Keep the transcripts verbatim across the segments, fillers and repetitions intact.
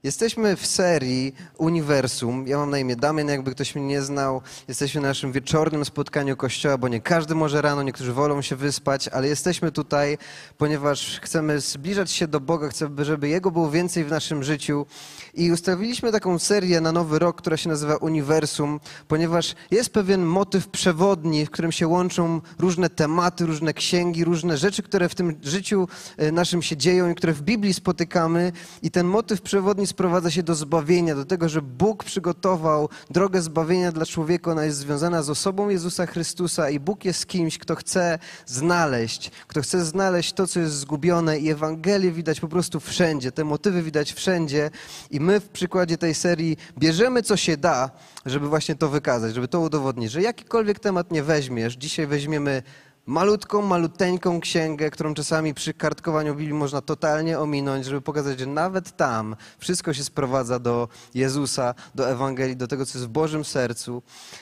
Jesteśmy w serii Uniwersum. Ja mam na imię Damian, jakby ktoś mnie nie znał. Jesteśmy na naszym wieczornym spotkaniu Kościoła, bo nie każdy może rano, niektórzy wolą się wyspać, ale jesteśmy tutaj, ponieważ chcemy zbliżać się do Boga, chcemy, żeby Jego było więcej w naszym życiu. I ustawiliśmy taką serię na nowy rok, która się nazywa Uniwersum, ponieważ jest pewien motyw przewodni, w którym się łączą różne tematy, różne księgi, różne rzeczy, które w tym życiu naszym się dzieją i które w Biblii spotykamy. I ten motyw przewodni sprowadza się do zbawienia, do tego, że Bóg przygotował drogę zbawienia dla człowieka. Ona jest związana z osobą Jezusa Chrystusa i Bóg jest kimś, kto chce znaleźć, kto chce znaleźć to, co jest zgubione, i Ewangelię widać po prostu wszędzie, te motywy widać wszędzie i my w przykładzie tej serii bierzemy, co się da, żeby właśnie to wykazać, żeby to udowodnić, że jakikolwiek temat nie weźmiesz, dzisiaj weźmiemy malutką, maluteńką księgę, którą czasami przy kartkowaniu Biblii można totalnie ominąć, żeby pokazać, że nawet tam wszystko się sprowadza do Jezusa, do Ewangelii, do tego, co jest w Bożym sercu.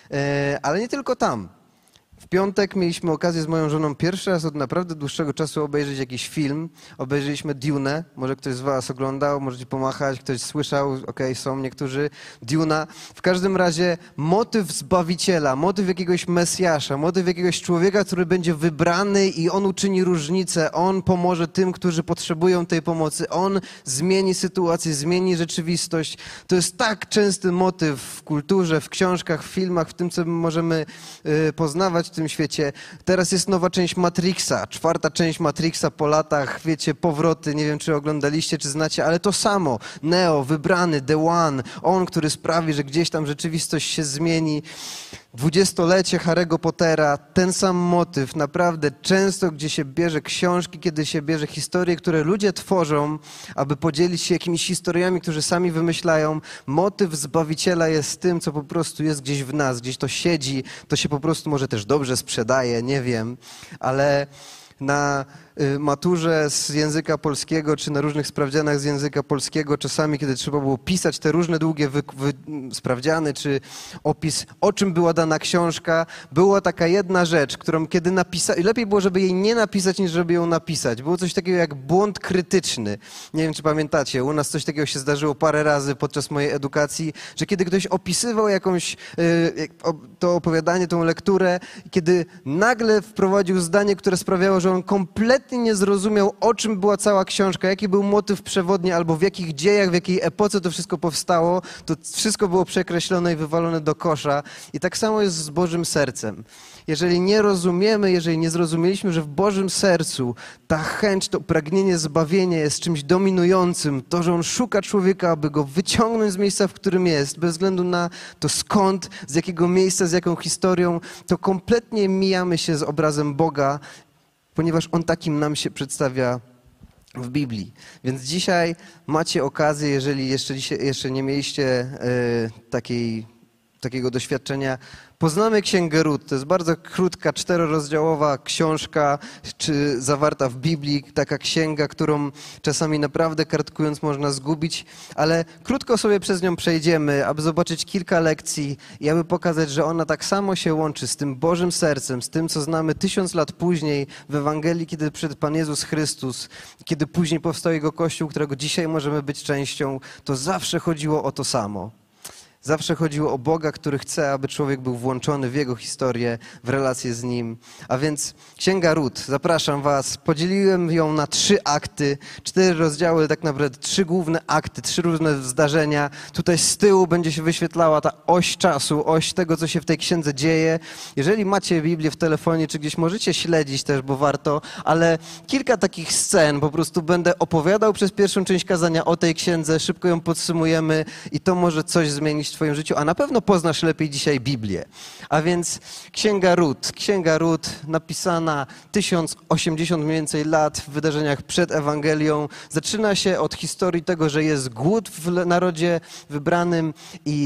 Ale nie tylko tam. W piątek mieliśmy okazję z moją żoną pierwszy raz od naprawdę dłuższego czasu obejrzeć jakiś film. Obejrzeliśmy Dune. Może ktoś z was oglądał, możecie pomachać, ktoś słyszał, okej, okay, są niektórzy. Duna. W każdym razie motyw Zbawiciela, motyw jakiegoś Mesjasza, motyw jakiegoś człowieka, który będzie wybrany i on uczyni różnicę. On pomoże tym, którzy potrzebują tej pomocy. On zmieni sytuację, zmieni rzeczywistość. To jest tak częsty motyw w kulturze, w książkach, w filmach, w tym, co możemy yy, poznawać w tym świecie. Teraz jest nowa część Matrixa, czwarta część Matrixa po latach, wiecie, powroty, nie wiem, czy oglądaliście, czy znacie, ale to samo. Neo, wybrany, The One, on, który sprawi, że gdzieś tam rzeczywistość się zmieni. Dwudziestolecie Harry'ego Pottera, ten sam motyw, naprawdę często, gdzie się bierze książki, kiedy się bierze historie, które ludzie tworzą, aby podzielić się jakimiś historiami, które sami wymyślają. Motyw Zbawiciela jest tym, co po prostu jest gdzieś w nas, gdzieś to siedzi, to się po prostu może też dobrze sprzedaje, nie wiem, ale na maturze z języka polskiego, czy na różnych sprawdzianach z języka polskiego, czasami, kiedy trzeba było pisać te różne długie wy, wy, sprawdziany, czy opis, o czym była dana książka, była taka jedna rzecz, którą kiedy napisać, lepiej było, żeby jej nie napisać, niż żeby ją napisać. Było coś takiego jak błąd krytyczny. Nie wiem, czy pamiętacie, u nas coś takiego się zdarzyło parę razy podczas mojej edukacji, że kiedy ktoś opisywał jakąś, to opowiadanie, tą lekturę, kiedy nagle wprowadził zdanie, które sprawiało, że on kompletnie nie zrozumiał, o czym była cała książka, jaki był motyw przewodni, albo w jakich dziejach, w jakiej epoce to wszystko powstało, to wszystko było przekreślone i wywalone do kosza. I tak samo jest z Bożym sercem. Jeżeli nie rozumiemy, jeżeli nie zrozumieliśmy, że w Bożym sercu ta chęć, to pragnienie zbawienia jest czymś dominującym, to, że On szuka człowieka, aby go wyciągnąć z miejsca, w którym jest, bez względu na to skąd, z jakiego miejsca, z jaką historią, to kompletnie mijamy się z obrazem Boga, ponieważ On takim nam się przedstawia w Biblii. Więc dzisiaj macie okazję, jeżeli jeszcze, dzisiaj, jeszcze nie mieliście y, takiej, takiego doświadczenia, poznamy Księgę Rut. To jest bardzo krótka, czterorozdziałowa książka, czy zawarta w Biblii, taka księga, którą czasami naprawdę kartkując można zgubić, ale krótko sobie przez nią przejdziemy, aby zobaczyć kilka lekcji i aby pokazać, że ona tak samo się łączy z tym Bożym sercem, z tym, co znamy tysiąc lat później w Ewangelii, kiedy przyszedł Pan Jezus Chrystus, kiedy później powstał Jego Kościół, którego dzisiaj możemy być częścią. To zawsze chodziło o to samo. Zawsze chodziło o Boga, który chce, aby człowiek był włączony w Jego historię, w relację z Nim. A więc Księga Rut, zapraszam was. Podzieliłem ją na trzy akty, cztery rozdziały, tak naprawdę trzy główne akty, trzy różne zdarzenia. Tutaj z tyłu będzie się wyświetlała ta oś czasu, oś tego, co się w tej księdze dzieje. Jeżeli macie Biblię w telefonie, czy gdzieś możecie śledzić też, bo warto, ale kilka takich scen po prostu będę opowiadał przez pierwszą część kazania o tej księdze, szybko ją podsumujemy i to może coś zmienić w twoim życiu, a na pewno poznasz lepiej dzisiaj Biblię. A więc Księga Rut. Księga Rut napisana tysiąc osiemdziesiąt mniej więcej lat w wydarzeniach przed Ewangelią. Zaczyna się od historii tego, że jest głód w narodzie wybranym i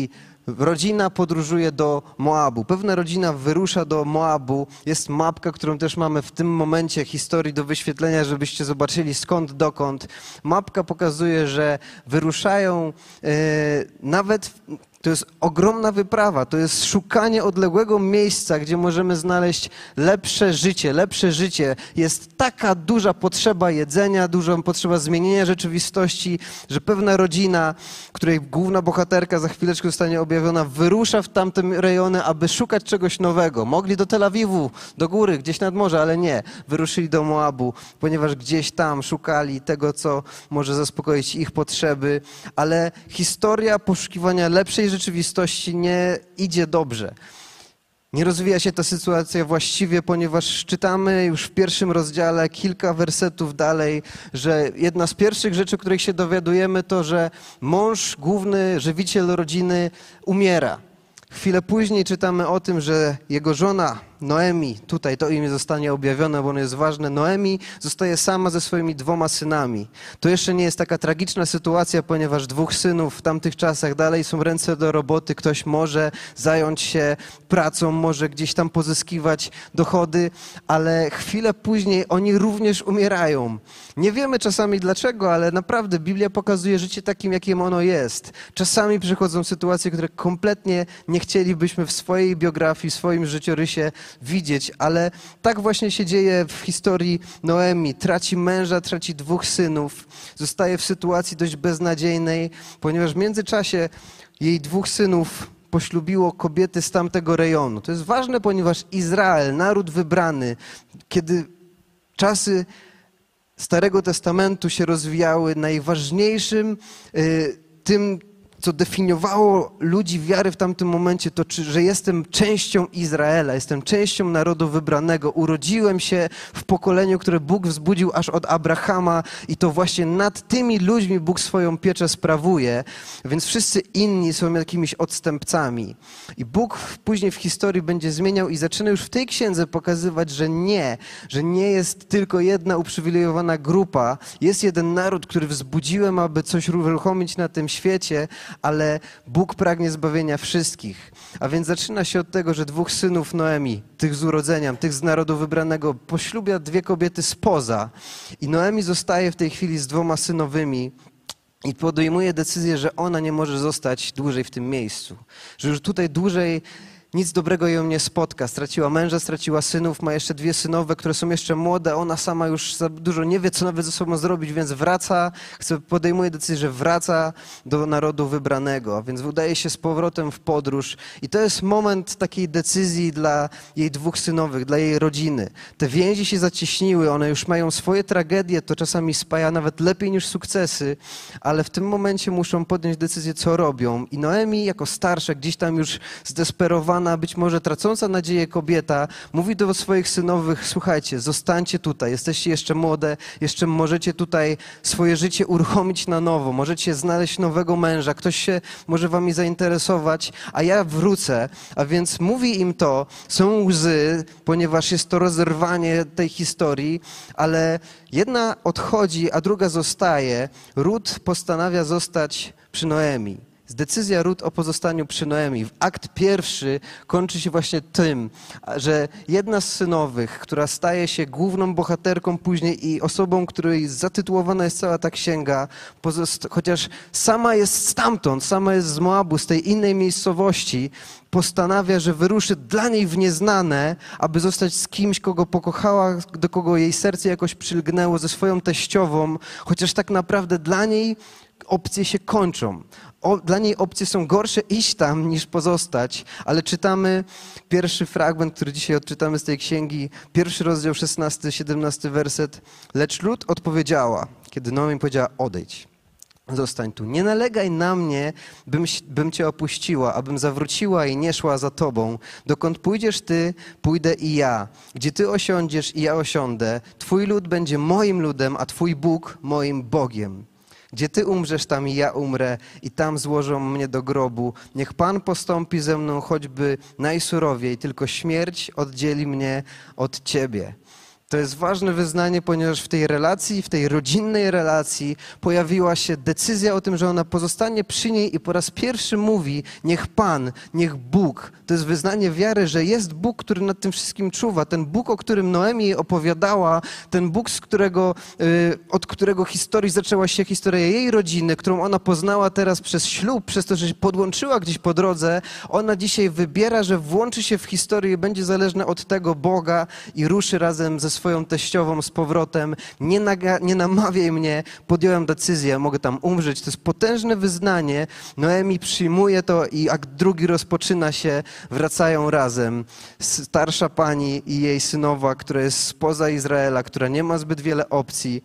rodzina podróżuje do Moabu. Pewna rodzina wyrusza do Moabu. Jest mapka, którą też mamy w tym momencie historii do wyświetlenia, żebyście zobaczyli skąd, dokąd. Mapka pokazuje, że wyruszają e, nawet... To jest ogromna wyprawa, to jest szukanie odległego miejsca, gdzie możemy znaleźć lepsze życie, lepsze życie. Jest taka duża potrzeba jedzenia, duża potrzeba zmienienia rzeczywistości, że pewna rodzina, której główna bohaterka za chwileczkę zostanie objawiona, wyrusza w tamte rejony, aby szukać czegoś nowego. Mogli do Tel Awiwu, do góry, gdzieś nad morze, ale nie. Wyruszyli do Moabu, ponieważ gdzieś tam szukali tego, co może zaspokoić ich potrzeby, ale historia poszukiwania lepszej rzeczywistości nie idzie dobrze. Nie rozwija się ta sytuacja właściwie, ponieważ czytamy już w pierwszym rozdziale, kilka wersetów dalej, że jedna z pierwszych rzeczy, których się dowiadujemy, to, że mąż, główny żywiciel rodziny, umiera. Chwilę później czytamy o tym, że jego żona Noemi, tutaj to imię zostanie objawione, bo ono jest ważne, Noemi zostaje sama ze swoimi dwoma synami. To jeszcze nie jest taka tragiczna sytuacja, ponieważ dwóch synów w tamtych czasach dalej są ręce do roboty, ktoś może zająć się pracą, może gdzieś tam pozyskiwać dochody, ale chwilę później oni również umierają. Nie wiemy czasami dlaczego, ale naprawdę Biblia pokazuje życie takim, jakim ono jest. Czasami przychodzą sytuacje, które kompletnie nie chcielibyśmy w swojej biografii, w swoim życiorysie widzieć, ale tak właśnie się dzieje w historii Noemi. Traci męża, traci dwóch synów, zostaje w sytuacji dość beznadziejnej, ponieważ w międzyczasie jej dwóch synów poślubiło kobiety z tamtego rejonu. To jest ważne, ponieważ Izrael, naród wybrany, kiedy czasy Starego Testamentu się rozwijały, najważniejszym y, tym, co definiowało ludzi wiary w tamtym momencie, to czy, że jestem częścią Izraela, jestem częścią narodu wybranego. Urodziłem się w pokoleniu, które Bóg wzbudził aż od Abrahama i to właśnie nad tymi ludźmi Bóg swoją pieczę sprawuje, więc wszyscy inni są jakimiś odstępcami. I Bóg później w historii będzie zmieniał i zaczyna już w tej księdze pokazywać, że nie, że nie jest tylko jedna uprzywilejowana grupa, jest jeden naród, który wzbudziłem, aby coś uruchomić na tym świecie, ale Bóg pragnie zbawienia wszystkich. A więc zaczyna się od tego, że dwóch synów Noemi, tych z urodzenia, tych z narodu wybranego, poślubia dwie kobiety spoza. I Noemi zostaje w tej chwili z dwoma synowymi i podejmuje decyzję, że ona nie może zostać dłużej w tym miejscu. Że już tutaj dłużej nic dobrego ją nie spotka. Straciła męża, straciła synów, ma jeszcze dwie synowe, które są jeszcze młode. Ona sama już za dużo nie wie, co nawet ze sobą zrobić, więc wraca, chce, podejmuje decyzję, że wraca do narodu wybranego. Więc udaje się z powrotem w podróż. I to jest moment takiej decyzji dla jej dwóch synowych, dla jej rodziny. Te więzi się zacieśniły, one już mają swoje tragedie, to czasami spaja nawet lepiej niż sukcesy, ale w tym momencie muszą podjąć decyzję, co robią. I Noemi jako starsza, gdzieś tam już zdesperowana, być może tracąca nadzieję kobieta, mówi do swoich synowych: słuchajcie, zostańcie tutaj, jesteście jeszcze młode, jeszcze możecie tutaj swoje życie uruchomić na nowo, możecie znaleźć nowego męża, ktoś się może wami zainteresować, a ja wrócę. A więc mówi im to, są łzy, ponieważ jest to rozerwanie tej historii, ale jedna odchodzi, a druga zostaje. Rut postanawia zostać przy Noemi. Decyzja Rut o pozostaniu przy Noemi. Akt pierwszy kończy się właśnie tym, że jedna z synowych, która staje się główną bohaterką później i osobą, której zatytułowana jest cała ta księga, chociaż sama jest stamtąd, sama jest z Moabu, z tej innej miejscowości, postanawia, że wyruszy dla niej w nieznane, aby zostać z kimś, kogo pokochała, do kogo jej serce jakoś przylgnęło, ze swoją teściową, chociaż tak naprawdę dla niej opcje się kończą. O, dla niej opcje są gorsze iść tam niż pozostać, ale czytamy pierwszy fragment, który dzisiaj odczytamy z tej księgi, pierwszy rozdział, szesnasty, siedemnasty werset. Lecz lud odpowiedziała, kiedy Noemi powiedziała: odejdź, zostań tu. Nie nalegaj na mnie, bym, bym cię opuściła, abym zawróciła i nie szła za tobą. Dokąd pójdziesz ty, pójdę i ja. Gdzie ty osiądziesz i ja osiądę. Twój lud będzie moim ludem, a twój Bóg moim Bogiem. Gdzie ty umrzesz, tam i ja umrę i tam złożą mnie do grobu. Niech Pan postąpi ze mną choćby najsurowiej, tylko śmierć oddzieli mnie od ciebie. To jest ważne wyznanie, ponieważ w tej relacji, w tej rodzinnej relacji pojawiła się decyzja o tym, że ona pozostanie przy niej i po raz pierwszy mówi: niech Pan, niech Bóg. To jest wyznanie wiary, że jest Bóg, który nad tym wszystkim czuwa. Ten Bóg, o którym Noemi jej opowiadała, ten Bóg, z którego, y, od którego historii zaczęła się historia jej rodziny, którą ona poznała teraz przez ślub, przez to, że się podłączyła gdzieś po drodze. Ona dzisiaj wybiera, że włączy się w historię i będzie zależna od tego Boga i ruszy razem ze swoją teściową z powrotem. Nie, naga, nie namawiaj mnie, podjąłem decyzję, mogę tam umrzeć. To jest potężne wyznanie. Noemi przyjmuje to i akt drugi rozpoczyna się, wracają razem. Starsza pani i jej synowa, która jest spoza Izraela, która nie ma zbyt wiele opcji,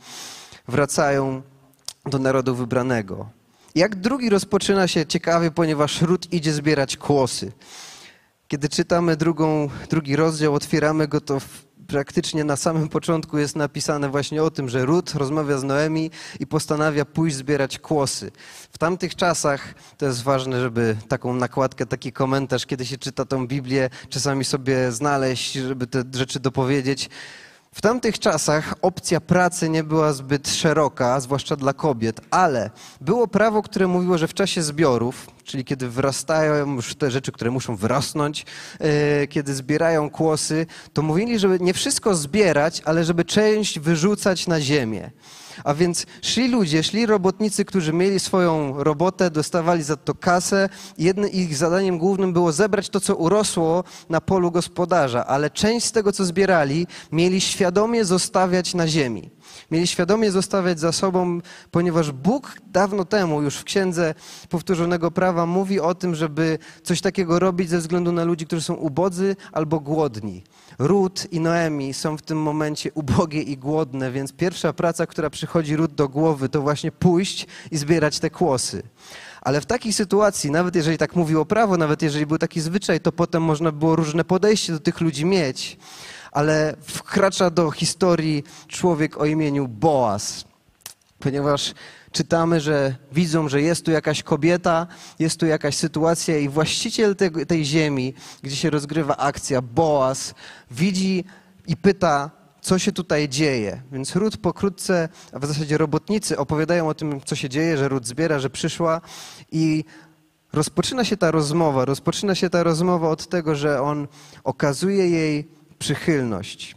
wracają do narodu wybranego. I akt drugi rozpoczyna się ciekawie, ponieważ Rut idzie zbierać kłosy. Kiedy czytamy drugą, drugi rozdział, otwieramy go, to w praktycznie na samym początku jest napisane właśnie o tym, że Rut rozmawia z Noemi i postanawia pójść zbierać kłosy. W tamtych czasach, to jest ważne, żeby taką nakładkę, taki komentarz, kiedy się czyta tą Biblię, czasami sobie znaleźć, żeby te rzeczy dopowiedzieć. W tamtych czasach opcja pracy nie była zbyt szeroka, zwłaszcza dla kobiet, ale było prawo, które mówiło, że w czasie zbiorów, czyli kiedy wyrastają już te rzeczy, które muszą wyrosnąć, yy, kiedy zbierają kłosy, to mówili, żeby nie wszystko zbierać, ale żeby część wyrzucać na ziemię. A więc szli ludzie, szli robotnicy, którzy mieli swoją robotę, dostawali za to kasę. Jednym ich zadaniem głównym było zebrać to, co urosło na polu gospodarza, ale część z tego, co zbierali, mieli świadomie zostawiać na ziemi. Mieli świadomie zostawiać za sobą, ponieważ Bóg dawno temu, już w Księdze Powtórzonego Prawa, mówi o tym, żeby coś takiego robić ze względu na ludzi, którzy są ubodzy albo głodni. Rut i Noemi są w tym momencie ubogie i głodne, więc pierwsza praca, która przychodzi Rut do głowy, to właśnie pójść i zbierać te kłosy. Ale w takiej sytuacji, nawet jeżeli tak mówiło prawo, nawet jeżeli był taki zwyczaj, to potem można było różne podejście do tych ludzi mieć. Ale wkracza do historii człowiek o imieniu Boaz, ponieważ czytamy, że widzą, że jest tu jakaś kobieta, jest tu jakaś sytuacja i właściciel tej, tej ziemi, gdzie się rozgrywa akcja, Boaz, widzi i pyta, co się tutaj dzieje. Więc Rut pokrótce, a w zasadzie robotnicy opowiadają o tym, co się dzieje, że Rut zbiera, że przyszła i rozpoczyna się ta rozmowa. Rozpoczyna się ta rozmowa od tego, że on okazuje jej przychylność.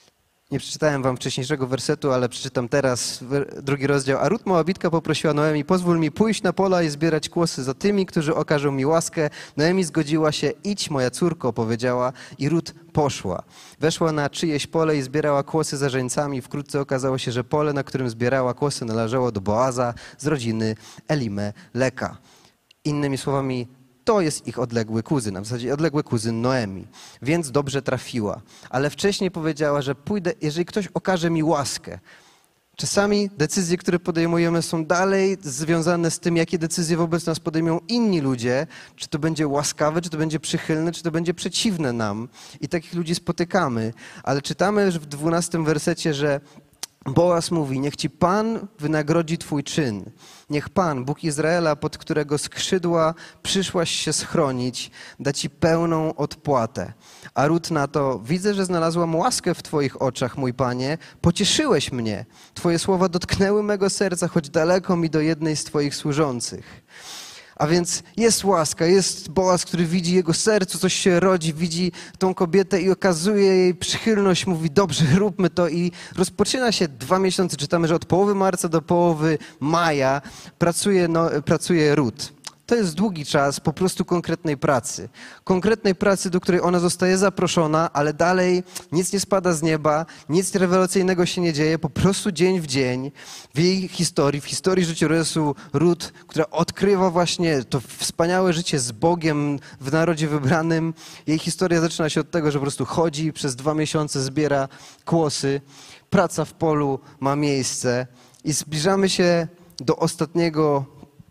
Nie przeczytałem wam wcześniejszego wersetu, ale przeczytam teraz drugi rozdział. A Rut Moabitka poprosiła Noemi: pozwól mi pójść na pola i zbierać kłosy za tymi, którzy okażą mi łaskę. Noemi zgodziła się. Idź, moja córko, powiedziała, i Rut poszła. Weszła na czyjeś pole i zbierała kłosy za żeńcami. Wkrótce okazało się, że pole, na którym zbierała kłosy, należało do Boaza z rodziny Elimeleka. Innymi słowami, to jest ich odległy kuzyn, a w zasadzie odległy kuzyn Noemi, więc dobrze trafiła. Ale wcześniej powiedziała, że pójdę, jeżeli ktoś okaże mi łaskę. Czasami decyzje, które podejmujemy, są dalej związane z tym, jakie decyzje wobec nas podejmują inni ludzie. Czy to będzie łaskawe, czy to będzie przychylne, czy to będzie przeciwne nam. I takich ludzi spotykamy. Ale czytamy w dwunastym wersecie, że Boaz mówi: niech ci Pan wynagrodzi twój czyn. Niech Pan, Bóg Izraela, pod którego skrzydła przyszłaś się schronić, da ci pełną odpłatę. A Rut na to: widzę, że znalazłam łaskę w twoich oczach, mój Panie. Pocieszyłeś mnie. Twoje słowa dotknęły mego serca, choć daleko mi do jednej z twoich służących. A więc jest łaska, jest Boaz, który widzi jego sercu, coś się rodzi, widzi tą kobietę i okazuje jej przychylność, mówi: dobrze, róbmy to. I rozpoczyna się dwa miesiące, czytamy, że od połowy marca do połowy maja pracuje, no, pracuje Rut. To jest długi czas po prostu konkretnej pracy. Konkretnej pracy, do której ona zostaje zaproszona, ale dalej nic nie spada z nieba, nic rewelacyjnego się nie dzieje, po prostu dzień w dzień w jej historii, w historii życiorysu Rut, która odkrywa właśnie to wspaniałe życie z Bogiem w narodzie wybranym. Jej historia zaczyna się od tego, że po prostu chodzi i przez dwa miesiące zbiera kłosy. Praca w polu ma miejsce i zbliżamy się do ostatniego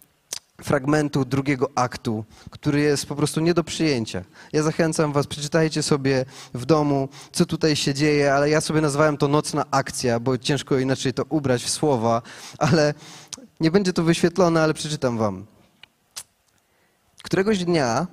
fragmentu drugiego aktu, który jest po prostu nie do przyjęcia. Ja zachęcam was, przeczytajcie sobie w domu, co tutaj się dzieje, ale ja sobie nazwałem to nocna akcja, bo ciężko inaczej to ubrać w słowa, ale nie będzie to wyświetlone, ale przeczytam wam. Któregoś dnia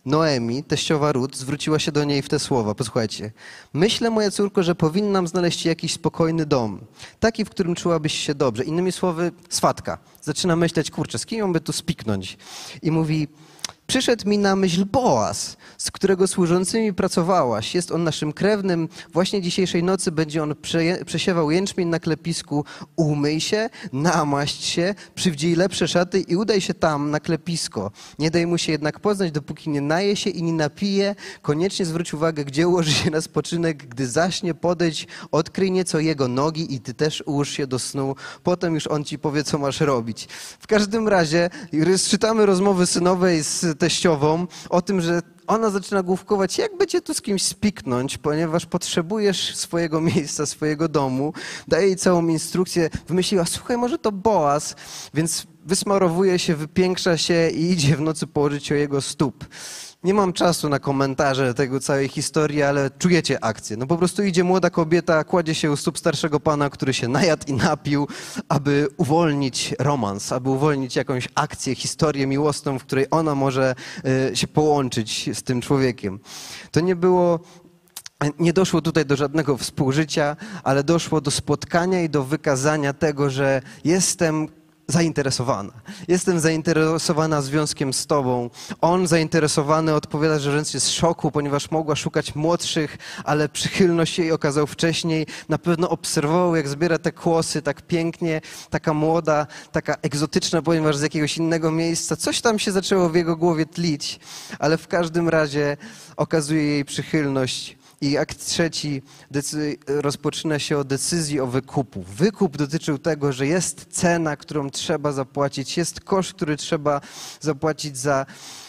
Noemi, teściowa Rut, zwróciła się do niej w te słowa. Posłuchajcie. Myślę, moja córko, że powinnam znaleźć ci jakiś spokojny dom. Taki, w którym czułabyś się dobrze. Innymi słowy, swatka. Zaczyna myśleć, kurczę, z kim ją by tu spiknąć? I mówi, przyszedł mi na myśl Boaz, z którego służącymi pracowałaś. Jest on naszym krewnym. Właśnie dzisiejszej nocy będzie on przeje- przesiewał jęczmień na klepisku. Umyj się, namaść się, przywdziej lepsze szaty i udaj się tam na klepisko. Nie daj mu się jednak poznać, dopóki nie naje się i nie napije. Koniecznie zwróć uwagę, gdzie ułoży się na spoczynek. Gdy zaśnie, podejdź, odkryj nieco jego nogi i ty też ułóż się do snu. Potem już on ci powie, co masz robić. W każdym razie czytamy rozmowy synowej z teściową o tym, że ona zaczyna główkować, jakby cię tu z kimś spiknąć, ponieważ potrzebujesz swojego miejsca, swojego domu. Daje jej całą instrukcję. Wymyśliła, słuchaj, może to Boaz, więc wysmarowuje się, wypiększa się i idzie w nocy położyć się o jego stóp. Nie mam czasu na komentarze tego całej historii, ale czujecie akcję. No po prostu idzie młoda kobieta, kładzie się u stóp starszego pana, który się najadł i napił, aby uwolnić romans, aby uwolnić jakąś akcję, historię miłosną, w której ona może y, się połączyć z tym człowiekiem. To nie było... Nie doszło tutaj do żadnego współżycia, ale doszło do spotkania i do wykazania tego, że jestem zainteresowana. Jestem zainteresowana związkiem z tobą. On zainteresowany odpowiada, że wręcz jest w szoku, ponieważ mogła szukać młodszych, ale przychylność jej okazał wcześniej. Na pewno obserwował, jak zbiera te kłosy tak pięknie, taka młoda, taka egzotyczna, ponieważ z jakiegoś innego miejsca. Coś tam się zaczęło w jego głowie tlić, ale w każdym razie okazuje jej przychylność. I akt trzeci rozpoczyna się od decyzji o wykupu. Wykup dotyczył tego, że jest cena, którą trzeba zapłacić, jest koszt, który trzeba zapłacić za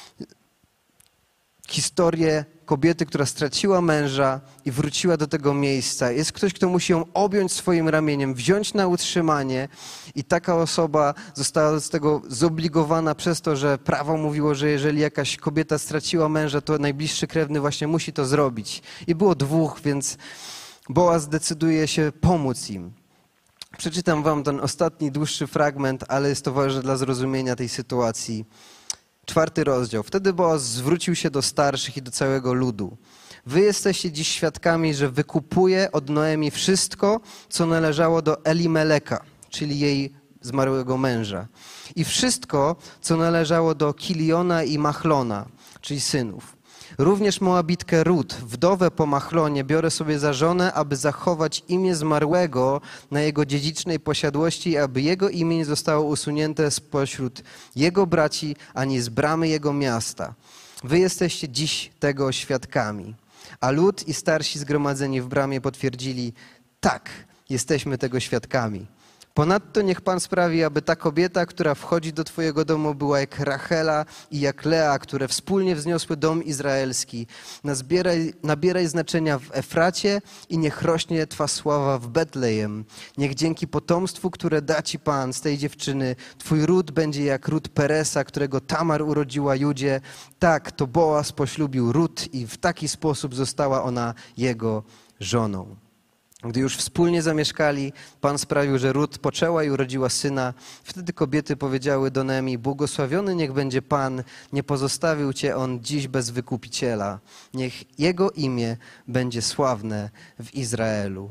historię kobiety, która straciła męża i wróciła do tego miejsca. Jest ktoś, kto musi ją objąć swoim ramieniem, wziąć na utrzymanie i taka osoba została z tego zobligowana przez to, że prawo mówiło, że jeżeli jakaś kobieta straciła męża, to najbliższy krewny właśnie musi to zrobić. I było dwóch, więc Boaz decyduje się pomóc im. Przeczytam wam ten ostatni, dłuższy fragment, ale jest to ważne dla zrozumienia tej sytuacji. Czwarty rozdział. Wtedy Boaz zwrócił się do starszych i do całego ludu. Wy jesteście dziś świadkami, że wykupuje od Noemi wszystko, co należało do Elimeleka, czyli jej zmarłego męża. I wszystko, co należało do Kiliona i Machlona, czyli synów. Również Moabitkę Rut, wdowę po Machlonie, biorę sobie za żonę, aby zachować imię zmarłego na jego dziedzicznej posiadłości i aby jego imię nie zostało usunięte spośród jego braci, ani z bramy jego miasta. Wy jesteście dziś tego świadkami. A lud i starsi zgromadzeni w bramie potwierdzili, tak, jesteśmy tego świadkami. Ponadto niech Pan sprawi, aby ta kobieta, która wchodzi do Twojego domu, była jak Rachela i jak Lea, które wspólnie wzniosły dom izraelski. Nazbieraj, nabieraj znaczenia w Efracie i niech rośnie Twa sława w Betlejem. Niech dzięki potomstwu, które da Ci Pan z tej dziewczyny, Twój ród będzie jak ród Peresa, którego Tamar urodziła Judzie. Tak, to Boaz poślubił Rut i w taki sposób została ona jego żoną. Gdy już wspólnie zamieszkali, Pan sprawił, że Rut poczęła i urodziła syna. Wtedy kobiety powiedziały do Noemi, błogosławiony niech będzie Pan, nie pozostawił Cię On dziś bez wykupiciela. Niech Jego imię będzie sławne w Izraelu.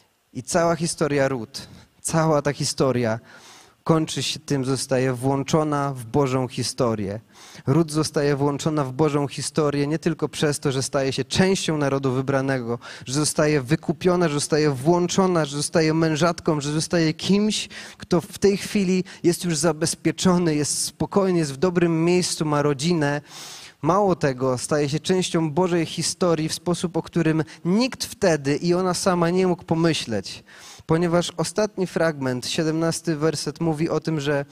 I cała historia Rut, cała ta historia kończy się tym, zostaje włączona w Bożą historię. Rut zostaje włączona w Bożą historię nie tylko przez to, że staje się częścią narodu wybranego, że zostaje wykupiona, że zostaje włączona, że zostaje mężatką, że zostaje kimś, kto w tej chwili jest już zabezpieczony, jest spokojny, jest w dobrym miejscu, ma rodzinę. Mało tego, staje się częścią Bożej historii w sposób, o którym nikt wtedy i ona sama nie mógł pomyśleć. Ponieważ ostatni fragment, siedemnasty werset mówi o tym, że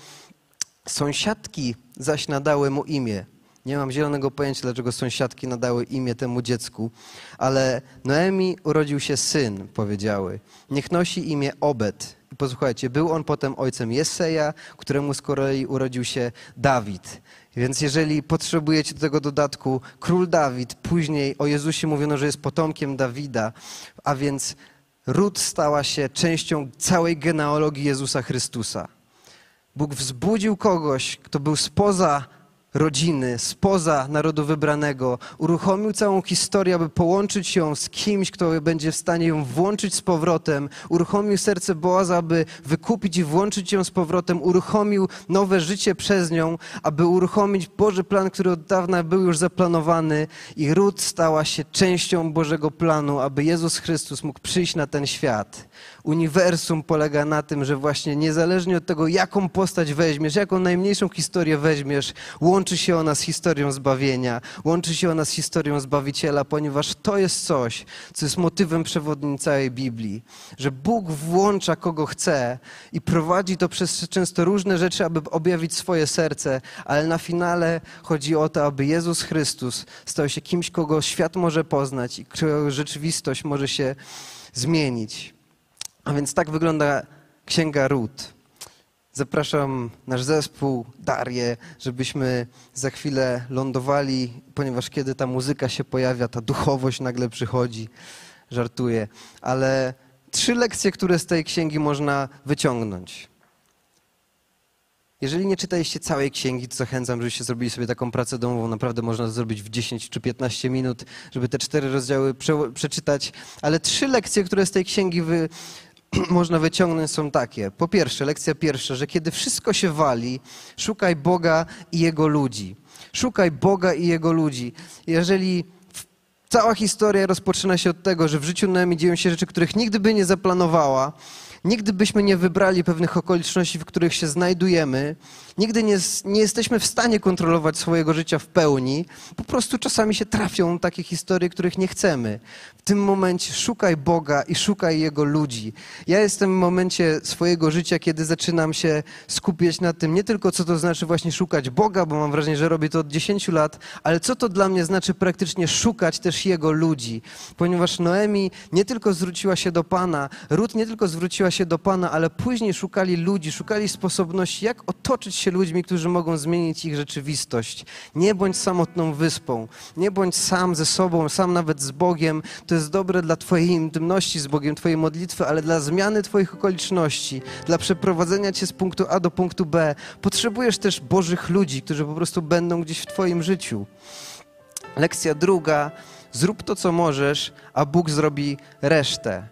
sąsiadki zaś nadały mu imię. Nie mam zielonego pojęcia, dlaczego sąsiadki nadały imię temu dziecku, ale Noemi urodził się syn, powiedziały. Niech nosi imię Obed. I posłuchajcie, był on potem ojcem Jesseja, któremu z kolei urodził się Dawid. Więc jeżeli potrzebujecie do tego dodatku, król Dawid, później o Jezusie mówiono, że jest potomkiem Dawida, a więc Rut stała się częścią całej genealogii Jezusa Chrystusa. Bóg wzbudził kogoś, kto był spoza rodziny, spoza narodu wybranego. Uruchomił całą historię, aby połączyć ją z kimś, kto będzie w stanie ją włączyć z powrotem. Uruchomił serce Boaza, aby wykupić i włączyć ją z powrotem. Uruchomił nowe życie przez nią, aby uruchomić Boży plan, który od dawna był już zaplanowany. I Rut stała się częścią Bożego planu, aby Jezus Chrystus mógł przyjść na ten świat. Uniwersum polega na tym, że właśnie niezależnie od tego, jaką postać weźmiesz, jaką najmniejszą historię weźmiesz, łączy się ona z historią zbawienia, łączy się ona z historią Zbawiciela, ponieważ to jest coś, co jest motywem przewodnim całej Biblii, że Bóg włącza kogo chce i prowadzi to przez często różne rzeczy, aby objawić swoje serce, ale na finale chodzi o to, aby Jezus Chrystus stał się kimś, kogo świat może poznać i którego rzeczywistość może się zmienić. A więc tak wygląda Księga Rut. Zapraszam nasz zespół, Darię, żebyśmy za chwilę lądowali, ponieważ kiedy ta muzyka się pojawia, ta duchowość nagle przychodzi. Żartuję. Ale trzy lekcje, które z tej księgi można wyciągnąć. Jeżeli nie czytaliście całej księgi, to zachęcam, żebyście zrobili sobie taką pracę domową. Naprawdę można to zrobić w dziesięć czy piętnaście minut, żeby te cztery rozdziały prze, przeczytać. Ale trzy lekcje, które z tej księgi wy, można wyciągnąć, są takie. Po pierwsze, lekcja pierwsza, że kiedy wszystko się wali, szukaj Boga i Jego ludzi. Szukaj Boga i Jego ludzi. Jeżeli cała historia rozpoczyna się od tego, że w życiu Noemi dzieją się rzeczy, których nigdy by nie zaplanowała, nigdy byśmy nie wybrali pewnych okoliczności, w których się znajdujemy, nigdy nie, nie jesteśmy w stanie kontrolować swojego życia w pełni, po prostu czasami się trafią takie historie, których nie chcemy. W tym momencie szukaj Boga i szukaj Jego ludzi. Ja jestem w momencie swojego życia, kiedy zaczynam się skupiać na tym, nie tylko co to znaczy właśnie szukać Boga, bo mam wrażenie, że robię to od dziesięciu lat, ale co to dla mnie znaczy praktycznie szukać też Jego ludzi. Ponieważ Noemi nie tylko zwróciła się do Pana, Rut nie tylko zwróciła się do Pana, ale później szukali ludzi, szukali sposobności, jak otoczyć się ludźmi, którzy mogą zmienić ich rzeczywistość. Nie bądź samotną wyspą, nie bądź sam ze sobą, sam nawet z Bogiem. To jest dobre dla Twojej intymności z Bogiem, Twojej modlitwy, ale dla zmiany Twoich okoliczności, dla przeprowadzenia Cię z punktu A do punktu B. Potrzebujesz też Bożych ludzi, którzy po prostu będą gdzieś w Twoim życiu. Lekcja druga. Zrób to, co możesz, a Bóg zrobi resztę.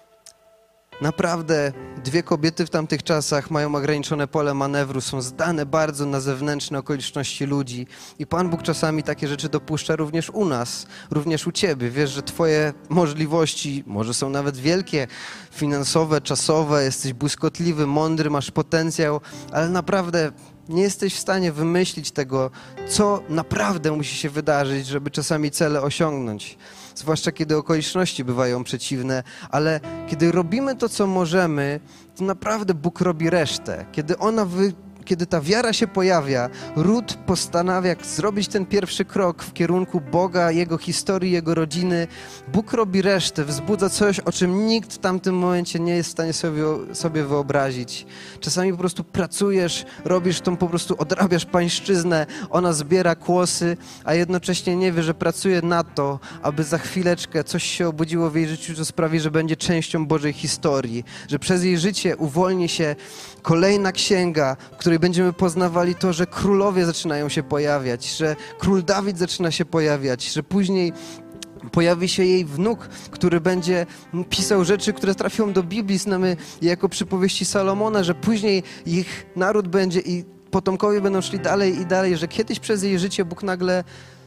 Naprawdę dwie kobiety w tamtych czasach mają ograniczone pole manewru, są zdane bardzo na zewnętrzne okoliczności ludzi i Pan Bóg czasami takie rzeczy dopuszcza również u nas, również u Ciebie. Wiesz, że Twoje możliwości może są nawet wielkie, finansowe, czasowe, jesteś błyskotliwy, mądry, masz potencjał, ale naprawdę nie jesteś w stanie wymyślić tego, co naprawdę musi się wydarzyć, żeby czasami cele osiągnąć. Zwłaszcza kiedy okoliczności bywają przeciwne, ale kiedy robimy to, co możemy, to naprawdę Bóg robi resztę. Kiedy ona wy... Kiedy ta wiara się pojawia, Rut postanawia zrobić ten pierwszy krok w kierunku Boga, Jego historii, Jego rodziny. Bóg robi resztę, wzbudza coś, o czym nikt w tamtym momencie nie jest w stanie sobie, sobie wyobrazić. Czasami po prostu pracujesz, robisz tą po prostu, odrabiasz pańszczyznę, ona zbiera kłosy, a jednocześnie nie wie, że pracuje na to, aby za chwileczkę coś się obudziło w jej życiu, co sprawi, że będzie częścią Bożej historii, że przez jej życie uwolni się kolejna księga, w której będziemy poznawali to, że królowie zaczynają się pojawiać, że król Dawid zaczyna się pojawiać, że później pojawi się jej wnuk, który będzie pisał rzeczy, które trafią do Biblii, znamy je jako przypowieści Salomona, że później ich naród będzie i potomkowie będą szli dalej i dalej, że kiedyś przez jej życie Bóg nagle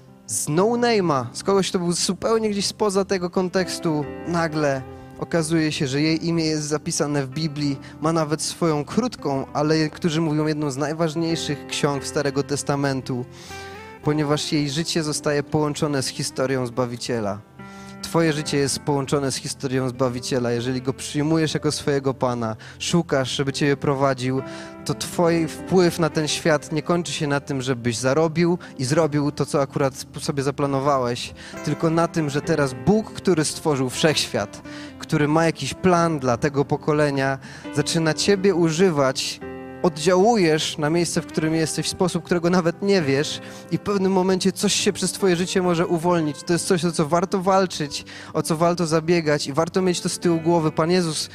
z no-name'a, z kogoś, kto był zupełnie gdzieś spoza tego kontekstu, nagle okazuje się, że jej imię jest zapisane w Biblii, ma nawet swoją krótką, ale niektórzy mówią jedną z najważniejszych ksiąg Starego Testamentu, ponieważ jej życie zostaje połączone z historią Zbawiciela. Twoje życie jest połączone z historią Zbawiciela. Jeżeli Go przyjmujesz jako swojego Pana, szukasz, żeby Ciebie prowadził, to Twój wpływ na ten świat nie kończy się na tym, żebyś zarobił i zrobił to, co akurat sobie zaplanowałeś, tylko na tym, że teraz Bóg, który stworzył wszechświat, który ma jakiś plan dla tego pokolenia, zaczyna Ciebie używać, oddziałujesz na miejsce, w którym jesteś w sposób, którego nawet nie wiesz i w pewnym momencie coś się przez Twoje życie może uwolnić. To jest coś, o co warto walczyć, o co warto zabiegać i warto mieć to z tyłu głowy. Pan Jezus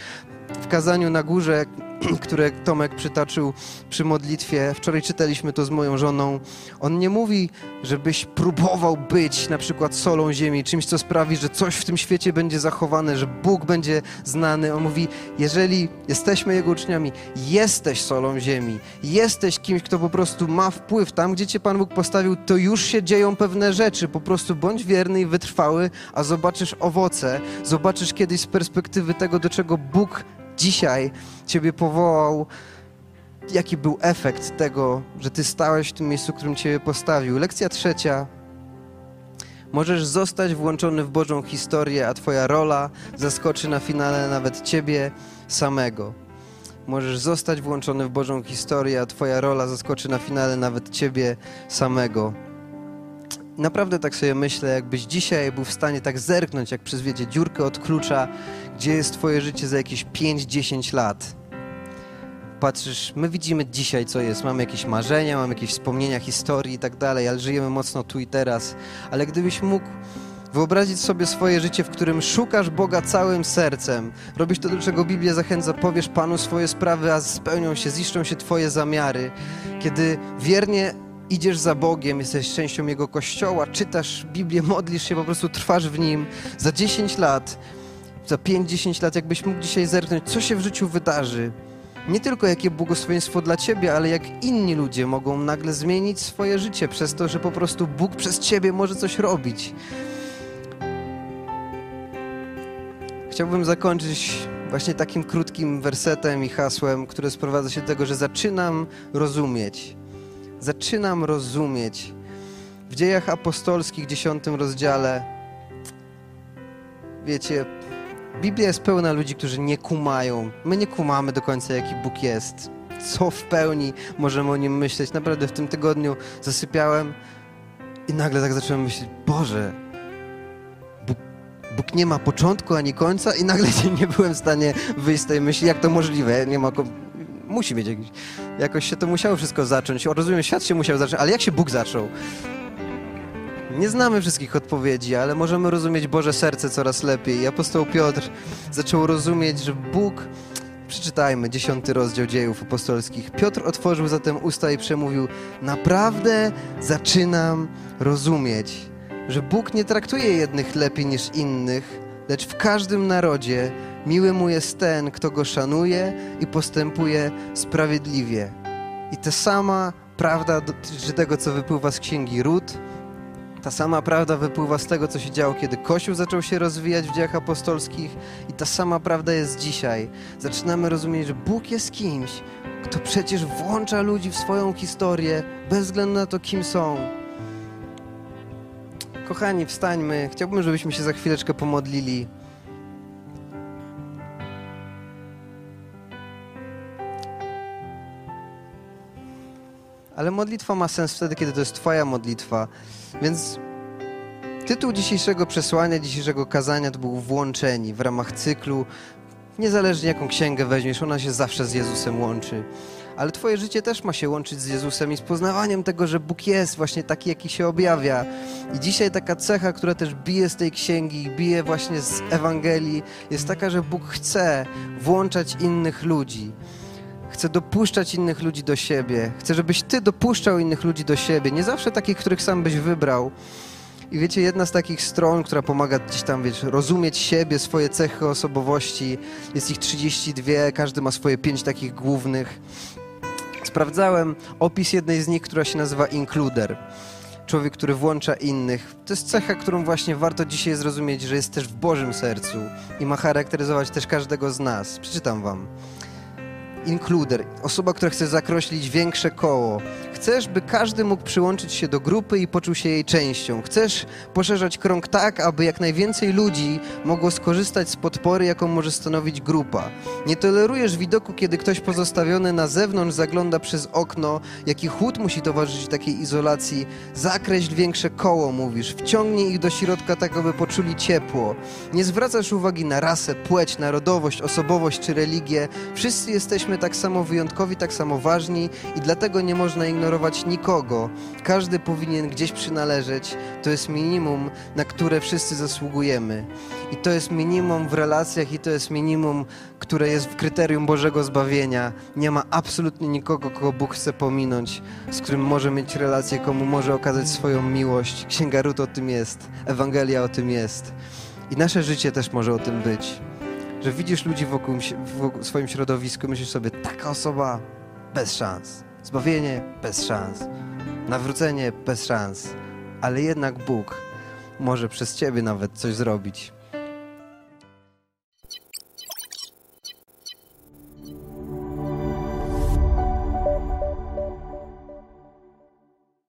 w kazaniu na górze, które Tomek przytoczył przy modlitwie, wczoraj czytaliśmy to z moją żoną, on nie mówi, żebyś próbował być na przykład solą ziemi, czymś, co sprawi, że coś w tym świecie będzie zachowane, że Bóg będzie znany. On mówi, jeżeli jesteśmy Jego uczniami, jesteś solą ziemi, jesteś kimś, kto po prostu ma wpływ. Tam, gdzie Cię Pan Bóg postawił, to już się dzieją pewne rzeczy. Po prostu bądź wierny i wytrwały, a zobaczysz owoce, zobaczysz kiedyś z perspektywy tego, do czego Bóg dzisiaj Ciebie powołał, jaki był efekt tego, że Ty stałeś w tym miejscu, w którym Ciebie postawił. Lekcja trzecia. Możesz zostać włączony w Bożą historię, a Twoja rola zaskoczy na finale nawet Ciebie samego. Możesz zostać włączony w Bożą historię, a Twoja rola zaskoczy na finale nawet Ciebie samego. Naprawdę tak sobie myślę, jakbyś dzisiaj był w stanie tak zerknąć, jak przez, wiecie, dziurkę od klucza, gdzie jest Twoje życie za jakieś pięć dziesięć lat. Patrzysz, my widzimy dzisiaj, co jest. Mamy jakieś marzenia, mamy jakieś wspomnienia, historii i tak dalej, ale żyjemy mocno tu i teraz. Ale gdybyś mógł wyobrazić sobie swoje życie, w którym szukasz Boga całym sercem, robisz to, do czego Biblia zachęca, powiesz Panu swoje sprawy, a spełnią się, ziszczą się Twoje zamiary. Kiedy wiernie idziesz za Bogiem, jesteś częścią Jego Kościoła, czytasz Biblię, modlisz się, po prostu trwasz w Nim. Za dziesięć lat, za pięć dziesięć lat, jakbyś mógł dzisiaj zerknąć, co się w życiu wydarzy. Nie tylko jakie błogosławieństwo dla Ciebie, ale jak inni ludzie mogą nagle zmienić swoje życie przez to, że po prostu Bóg przez Ciebie może coś robić. Chciałbym zakończyć właśnie takim krótkim wersetem i hasłem, które sprowadza się do tego, że zaczynam rozumieć. Zaczynam rozumieć. W Dziejach Apostolskich, dziesiątym rozdziale, wiecie, Biblia jest pełna ludzi, którzy nie kumają. My nie kumamy do końca, jaki Bóg jest. Co w pełni możemy o Nim myśleć. Naprawdę w tym tygodniu zasypiałem i nagle tak zacząłem myśleć, Boże, Bóg, Bóg nie ma początku ani końca i nagle nie byłem w stanie wyjść z tej myśli, jak to możliwe. Nie ma... Musi mieć jakiś... Jakoś się to musiało wszystko zacząć. O, rozumiem, świat się musiał zacząć, ale jak się Bóg zaczął? Nie znamy wszystkich odpowiedzi, ale możemy rozumieć Boże serce coraz lepiej. I apostoł Piotr zaczął rozumieć, że Bóg... Przeczytajmy dziesiąty rozdział Dziejów Apostolskich. Piotr otworzył zatem usta i przemówił: naprawdę zaczynam rozumieć, że Bóg nie traktuje jednych lepiej niż innych, lecz w każdym narodzie miły mu jest ten, kto go szanuje i postępuje sprawiedliwie. I ta sama prawda dotyczy tego, co wypływa z księgi Rut. Ta sama prawda wypływa z tego, co się działo, kiedy Kościół zaczął się rozwijać w Dziejach Apostolskich. I ta sama prawda jest dzisiaj. Zaczynamy rozumieć, że Bóg jest kimś, kto przecież włącza ludzi w swoją historię, bez względu na to, kim są. Kochani, wstańmy. Chciałbym, żebyśmy się za chwileczkę pomodlili. Ale modlitwa ma sens wtedy, kiedy to jest Twoja modlitwa. Więc tytuł dzisiejszego przesłania, dzisiejszego kazania to był Włączeni w ramach cyklu. Niezależnie jaką księgę weźmiesz, ona się zawsze z Jezusem łączy. Ale Twoje życie też ma się łączyć z Jezusem i z poznawaniem tego, że Bóg jest właśnie taki, jaki się objawia. I dzisiaj taka cecha, która też bije z tej księgi, bije właśnie z Ewangelii, jest taka, że Bóg chce włączać innych ludzi. Chce dopuszczać innych ludzi do siebie. Chce, żebyś Ty dopuszczał innych ludzi do siebie. Nie zawsze takich, których sam byś wybrał. I wiecie, jedna z takich stron, która pomaga gdzieś tam, wiesz, rozumieć siebie, swoje cechy osobowości, jest ich trzydzieści dwa, każdy ma swoje pięć takich głównych. Sprawdzałem opis jednej z nich, która się nazywa Includer. Człowiek, który włącza innych. To jest cecha, którą właśnie warto dzisiaj zrozumieć, że jest też w Bożym sercu i ma charakteryzować też każdego z nas. Przeczytam wam. Includer. Osoba, która chce zakreślić większe koło. Chcesz, by każdy mógł przyłączyć się do grupy i poczuł się jej częścią. Chcesz poszerzać krąg tak, aby jak najwięcej ludzi mogło skorzystać z podpory, jaką może stanowić grupa. Nie tolerujesz widoku, kiedy ktoś pozostawiony na zewnątrz zagląda przez okno, jaki chłód musi towarzyszyć takiej izolacji. Zakreśl większe koło, mówisz. Wciągnij ich do środka tak, aby poczuli ciepło. Nie zwracasz uwagi na rasę, płeć, narodowość, osobowość czy religię. Wszyscy jesteśmy tak samo wyjątkowi, tak samo ważni i dlatego nie można ignorować ignorować nikogo. Każdy powinien gdzieś przynależeć. To jest minimum, na które wszyscy zasługujemy. I to jest minimum w relacjach i to jest minimum, które jest w kryterium Bożego zbawienia. Nie ma absolutnie nikogo, kogo Bóg chce pominąć, z którym może mieć relację, komu może okazać swoją miłość. Księga Rut o tym jest, Ewangelia o tym jest. I nasze życie też może o tym być. Że widzisz ludzi wokół, w swoim środowisku i myślisz sobie, taka osoba bez szans. Zbawienie bez szans. Nawrócenie bez szans. Ale jednak Bóg może przez ciebie nawet coś zrobić.